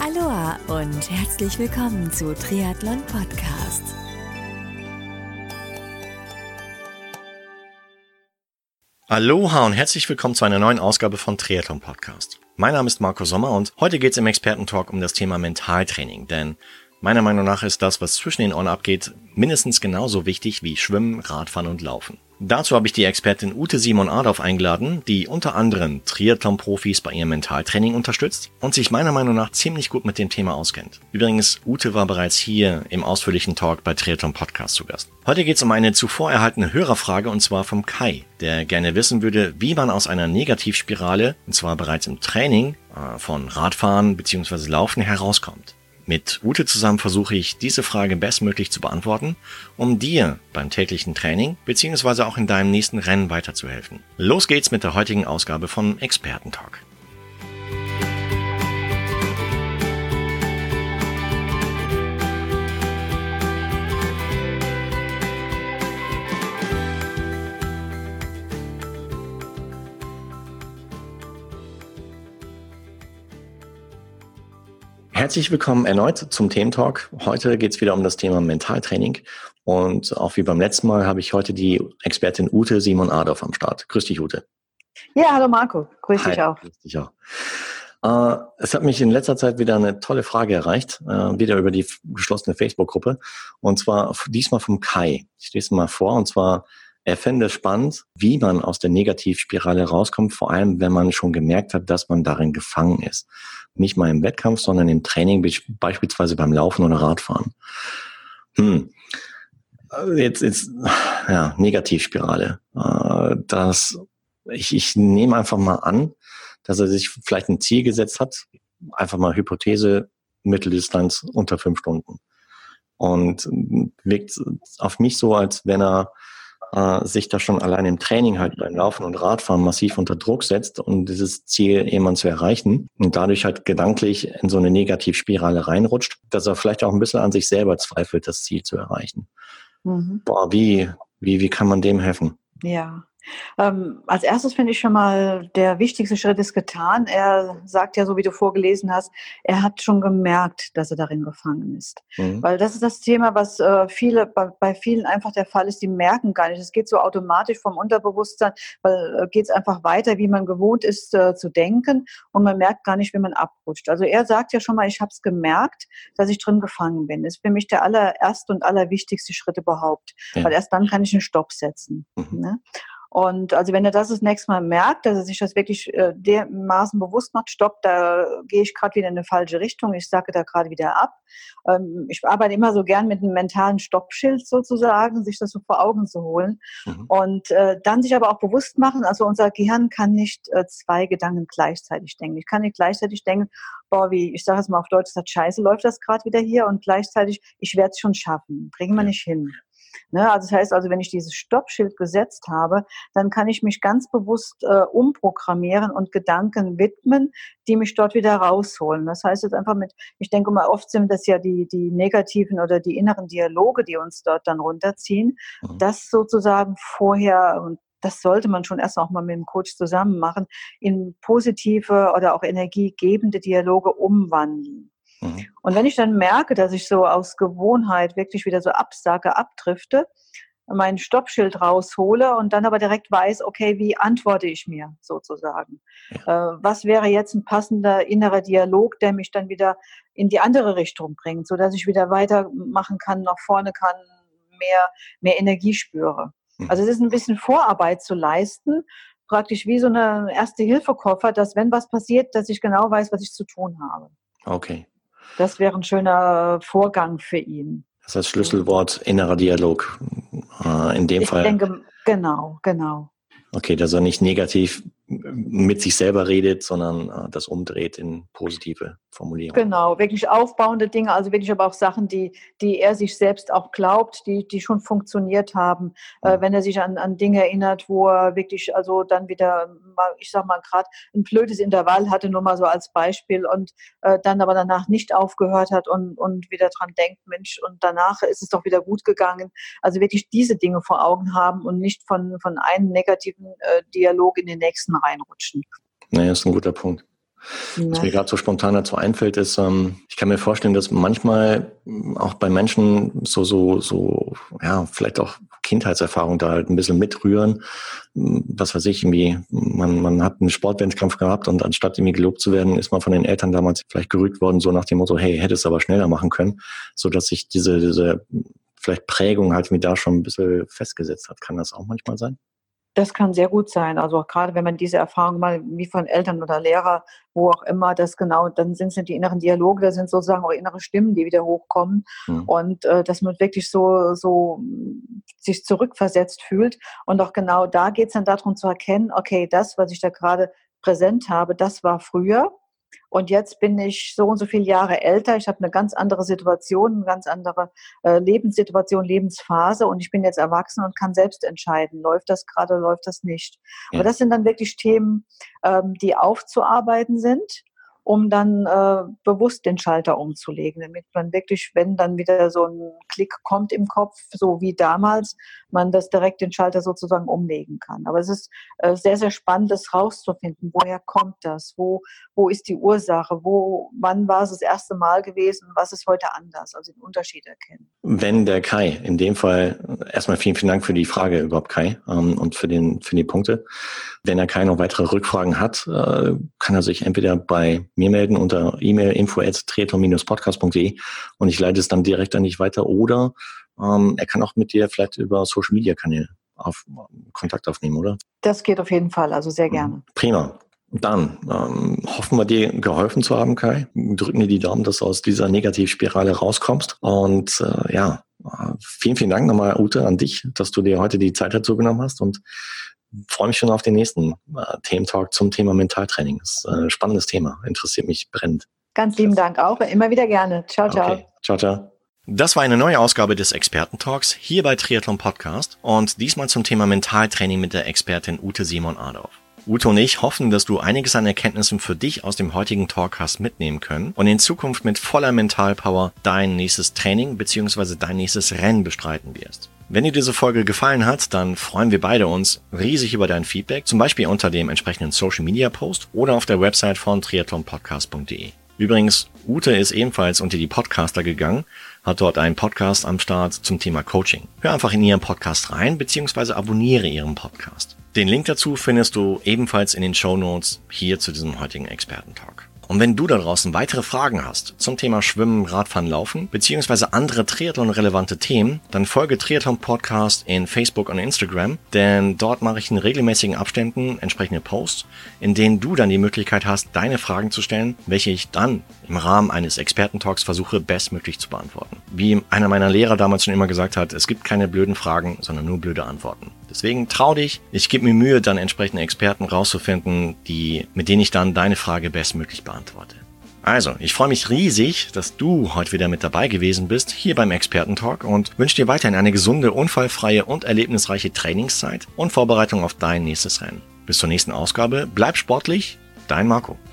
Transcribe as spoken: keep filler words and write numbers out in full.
Aloha und herzlich willkommen zu Triathlon Podcast. Aloha und herzlich willkommen zu einer neuen Ausgabe von Triathlon Podcast. Mein Name ist Marco Sommer und heute geht es im Expertentalk um das Thema Mentaltraining, denn meiner Meinung nach ist das, was zwischen den Ohren abgeht, mindestens genauso wichtig wie Schwimmen, Radfahren und Laufen. Dazu habe ich die Expertin Ute Simon Adolf eingeladen, die unter anderem Triathlon-Profis bei ihrem Mentaltraining unterstützt und sich meiner Meinung nach ziemlich gut mit dem Thema auskennt. Übrigens, Ute war bereits hier im ausführlichen Talk bei Triathlon Podcast zu Gast. Heute geht es um eine zuvor erhaltene Hörerfrage und zwar vom Kai, der gerne wissen würde, wie man aus einer Negativspirale, und zwar bereits im Training, äh, von Radfahren bzw. Laufen herauskommt. Mit Ute zusammen versuche ich, diese Frage bestmöglich zu beantworten, um dir beim täglichen Training bzw. auch in deinem nächsten Rennen weiterzuhelfen. Los geht's mit der heutigen Ausgabe von Expertentalk. Herzlich willkommen erneut zum Thementalk. Heute geht es wieder um das Thema Mentaltraining und auch wie beim letzten Mal habe ich heute die Expertin Ute Simon Adolf am Start. Grüß dich, Ute. Ja, hallo Marco. Grüß Hi, dich auch. Grüß dich auch. Äh, es hat mich in letzter Zeit wieder eine tolle Frage erreicht, äh, wieder über die geschlossene Facebook-Gruppe und zwar diesmal vom Kai. Ich lese mal vor und zwar: Er fände es spannend, wie man aus der Negativspirale rauskommt, vor allem wenn man schon gemerkt hat, dass man darin gefangen ist. Nicht mal im Wettkampf, sondern im Training, beispielsweise beim Laufen oder Radfahren. Hm. Jetzt ist, ja, Negativspirale. Das, ich, ich nehme einfach mal an, dass er sich vielleicht ein Ziel gesetzt hat, einfach mal Hypothese, Mitteldistanz unter fünf Stunden. Und wirkt auf mich so, als wenn er äh, sich da schon allein im Training halt beim Laufen und Radfahren massiv unter Druck setzt, um dieses Ziel irgendwann zu erreichen und dadurch halt gedanklich in so eine Negativspirale reinrutscht, dass er vielleicht auch ein bisschen an sich selber zweifelt, das Ziel zu erreichen. Mhm. Boah, wie, wie, wie kann man dem helfen? Ja. Ähm, als erstes finde ich schon mal, der wichtigste Schritt ist getan. Er sagt ja, so wie du vorgelesen hast, er hat schon gemerkt, dass er darin gefangen ist. Mhm. Weil das ist das Thema, was äh, viele bei, bei vielen einfach der Fall ist, die merken gar nicht. Es geht so automatisch vom Unterbewusstsein, weil äh, geht es einfach weiter, wie man gewohnt ist äh, zu denken und man merkt gar nicht, wie man abrutscht. Also er sagt ja schon mal, ich habe es gemerkt, dass ich drin gefangen bin. Das ist für mich der allererste und allerwichtigste Schritt überhaupt, ja. Weil erst dann kann ich einen Stopp setzen. Mhm. Ne? Und also wenn er das das nächste Mal merkt, dass er sich das wirklich äh, dermaßen bewusst macht, stopp, da gehe ich gerade wieder in eine falsche Richtung, ich sacke da gerade wieder ab. Ähm, ich arbeite immer so gern mit einem mentalen Stoppschild sozusagen, sich das so vor Augen zu holen. Mhm. Und äh, dann sich aber auch bewusst machen, also unser Gehirn kann nicht äh, zwei Gedanken gleichzeitig denken. Ich kann nicht gleichzeitig denken, boah, wie, ich sage es mal auf Deutsch, das Scheiße läuft das gerade wieder hier und gleichzeitig, ich werde es schon schaffen, kriegen wir nicht hin. Ne, also das heißt also, wenn ich dieses Stoppschild gesetzt habe, dann kann ich mich ganz bewusst äh, umprogrammieren und Gedanken widmen, die mich dort wieder rausholen. Das heißt jetzt einfach mit, ich denke mal, oft sind das ja die, die negativen oder die inneren Dialoge, die uns dort dann runterziehen. Mhm. Das sozusagen vorher, und das sollte man schon erst auch mal mit dem Coach zusammen machen, in positive oder auch energiegebende Dialoge umwandeln. Mhm. Und wenn ich dann merke, dass ich so aus Gewohnheit wirklich wieder so absacke, abdrifte, mein Stoppschild raushole und dann aber direkt weiß, okay, wie antworte ich mir sozusagen? Ja. Äh, was wäre jetzt ein passender innerer Dialog, der mich dann wieder in die andere Richtung bringt, sodass ich wieder weitermachen kann, nach vorne kann, mehr, mehr Energie spüre. Mhm. Also es ist ein bisschen Vorarbeit zu leisten, praktisch wie so eine Erste-Hilfe-Koffer, dass wenn was passiert, dass ich genau weiß, was ich zu tun habe. Okay. Das wäre ein schöner Vorgang für ihn. Das ist das Schlüsselwort innerer Dialog. Äh, in dem ich Fall. Ich denke, genau, genau. Okay, dass er nicht negativ mit sich selber redet, sondern äh, das umdreht in positive Formulierungen. Genau, wirklich aufbauende Dinge, also wirklich aber auch Sachen, die, die er sich selbst auch glaubt, die, die schon funktioniert haben. Mhm. Äh, wenn er sich an, an Dinge erinnert, wo er wirklich, also dann wieder, mal, ich sag mal gerade, ein blödes Intervall hatte, nur mal so als Beispiel und äh, dann aber danach nicht aufgehört hat und, und wieder dran denkt, Mensch, und danach ist es doch wieder gut gegangen. Also wirklich diese Dinge vor Augen haben und nicht von, von einem negativen äh, Dialog in den nächsten reinrutschen. Naja, ist ein guter Punkt. Was mir gerade so spontan dazu einfällt, ist, ähm, ich kann mir vorstellen, dass manchmal auch bei Menschen so, so, so, ja, vielleicht auch Kindheitserfahrungen da halt ein bisschen mitrühren. Was weiß ich, irgendwie, man, man hat einen Sportwettkampf gehabt und anstatt irgendwie gelobt zu werden, ist man von den Eltern damals vielleicht gerügt worden, so nach dem Motto, hey, hättest du aber schneller machen können, so dass sich diese, diese vielleicht Prägung halt mir da schon ein bisschen festgesetzt hat. Kann das auch manchmal sein? Das kann sehr gut sein. Also gerade wenn man diese Erfahrung mal wie von Eltern oder Lehrer, wo auch immer, das genau, dann sind es die inneren Dialoge, da sind sozusagen auch innere Stimmen, die wieder hochkommen. Mhm. Und äh, dass man wirklich so, so sich zurückversetzt fühlt. Und auch genau da geht es dann darum zu erkennen, okay, das, was ich da gerade präsent habe, das war früher. Und jetzt bin ich so und so viele Jahre älter. Ich habe eine ganz andere Situation, eine ganz andere äh, Lebenssituation, Lebensphase. Und ich bin jetzt erwachsen und kann selbst entscheiden, läuft das gerade oder läuft das nicht. Ja. Aber das sind dann wirklich Themen, ähm, die aufzuarbeiten sind, um dann äh, bewusst den Schalter umzulegen, damit man wirklich, wenn dann wieder so ein Klick kommt im Kopf, so wie damals, man das direkt den Schalter sozusagen umlegen kann. Aber es ist äh, sehr, sehr spannend, das rauszufinden. Woher kommt das? Wo, wo ist die Ursache? Wo, wann war es das erste Mal gewesen? Was ist heute anders? Also den Unterschied erkennen. Wenn der Kai, in dem Fall, erstmal vielen, vielen Dank für die Frage überhaupt, Kai, ähm, und für den, für die Punkte. Wenn der Kai noch weitere Rückfragen hat, äh, kann er sich entweder bei mir melden unter E-Mail info at triathlon dash podcast punkt de und ich leite es dann direkt an dich weiter, oder ähm, er kann auch mit dir vielleicht über Social Media Kanäle auf Kontakt aufnehmen, oder? Das geht auf jeden Fall, also sehr gerne. Prima. Dann ähm, hoffen wir dir geholfen zu haben, Kai. Drücken dir die Daumen, dass du aus dieser Negativspirale rauskommst. Und äh, ja, vielen, vielen Dank nochmal, Ute, an dich, dass du dir heute die Zeit dazu genommen hast, und freue mich schon auf den nächsten äh, Thementalk zum Thema Mentaltraining. Das ist ein äh, spannendes Thema, interessiert mich brennend. Ganz lieben Dank auch, immer wieder gerne. Ciao, ciao. Okay. Ciao, ciao. Das war eine neue Ausgabe des Experten-Talks hier bei Triathlon Podcast und diesmal zum Thema Mentaltraining mit der Expertin Ute Simon-Adorf. Ute und ich hoffen, dass du einiges an Erkenntnissen für dich aus dem heutigen Talk hast mitnehmen können und in Zukunft mit voller Mentalpower dein nächstes Training bzw. dein nächstes Rennen bestreiten wirst. Wenn dir diese Folge gefallen hat, dann freuen wir beide uns riesig über dein Feedback, zum Beispiel unter dem entsprechenden Social Media Post oder auf der Website von triathlon podcast punkt de. Übrigens, Ute ist ebenfalls unter die Podcaster gegangen, hat dort einen Podcast am Start zum Thema Coaching. Hör einfach in ihren Podcast rein bzw. abonniere ihren Podcast. Den Link dazu findest du ebenfalls in den Shownotes hier zu diesem heutigen Experten-Talk. Und wenn du da draußen weitere Fragen hast zum Thema Schwimmen, Radfahren, Laufen beziehungsweise andere Triathlon-relevante Themen, dann folge Triathlon Podcast in Facebook und Instagram, denn dort mache ich in regelmäßigen Abständen entsprechende Posts, in denen du dann die Möglichkeit hast, deine Fragen zu stellen, welche ich dann im Rahmen eines Experten-Talks versuche, bestmöglich zu beantworten. Wie einer meiner Lehrer damals schon immer gesagt hat, es gibt keine blöden Fragen, sondern nur blöde Antworten. Deswegen trau dich, ich gebe mir Mühe, dann entsprechende Experten rauszufinden, die, mit denen ich dann deine Frage bestmöglich beantworte. Also, ich freue mich riesig, dass du heute wieder mit dabei gewesen bist, hier beim Experten-Talk, und wünsche dir weiterhin eine gesunde, unfallfreie und erlebnisreiche Trainingszeit und Vorbereitung auf dein nächstes Rennen. Bis zur nächsten Ausgabe, bleib sportlich, dein Marco.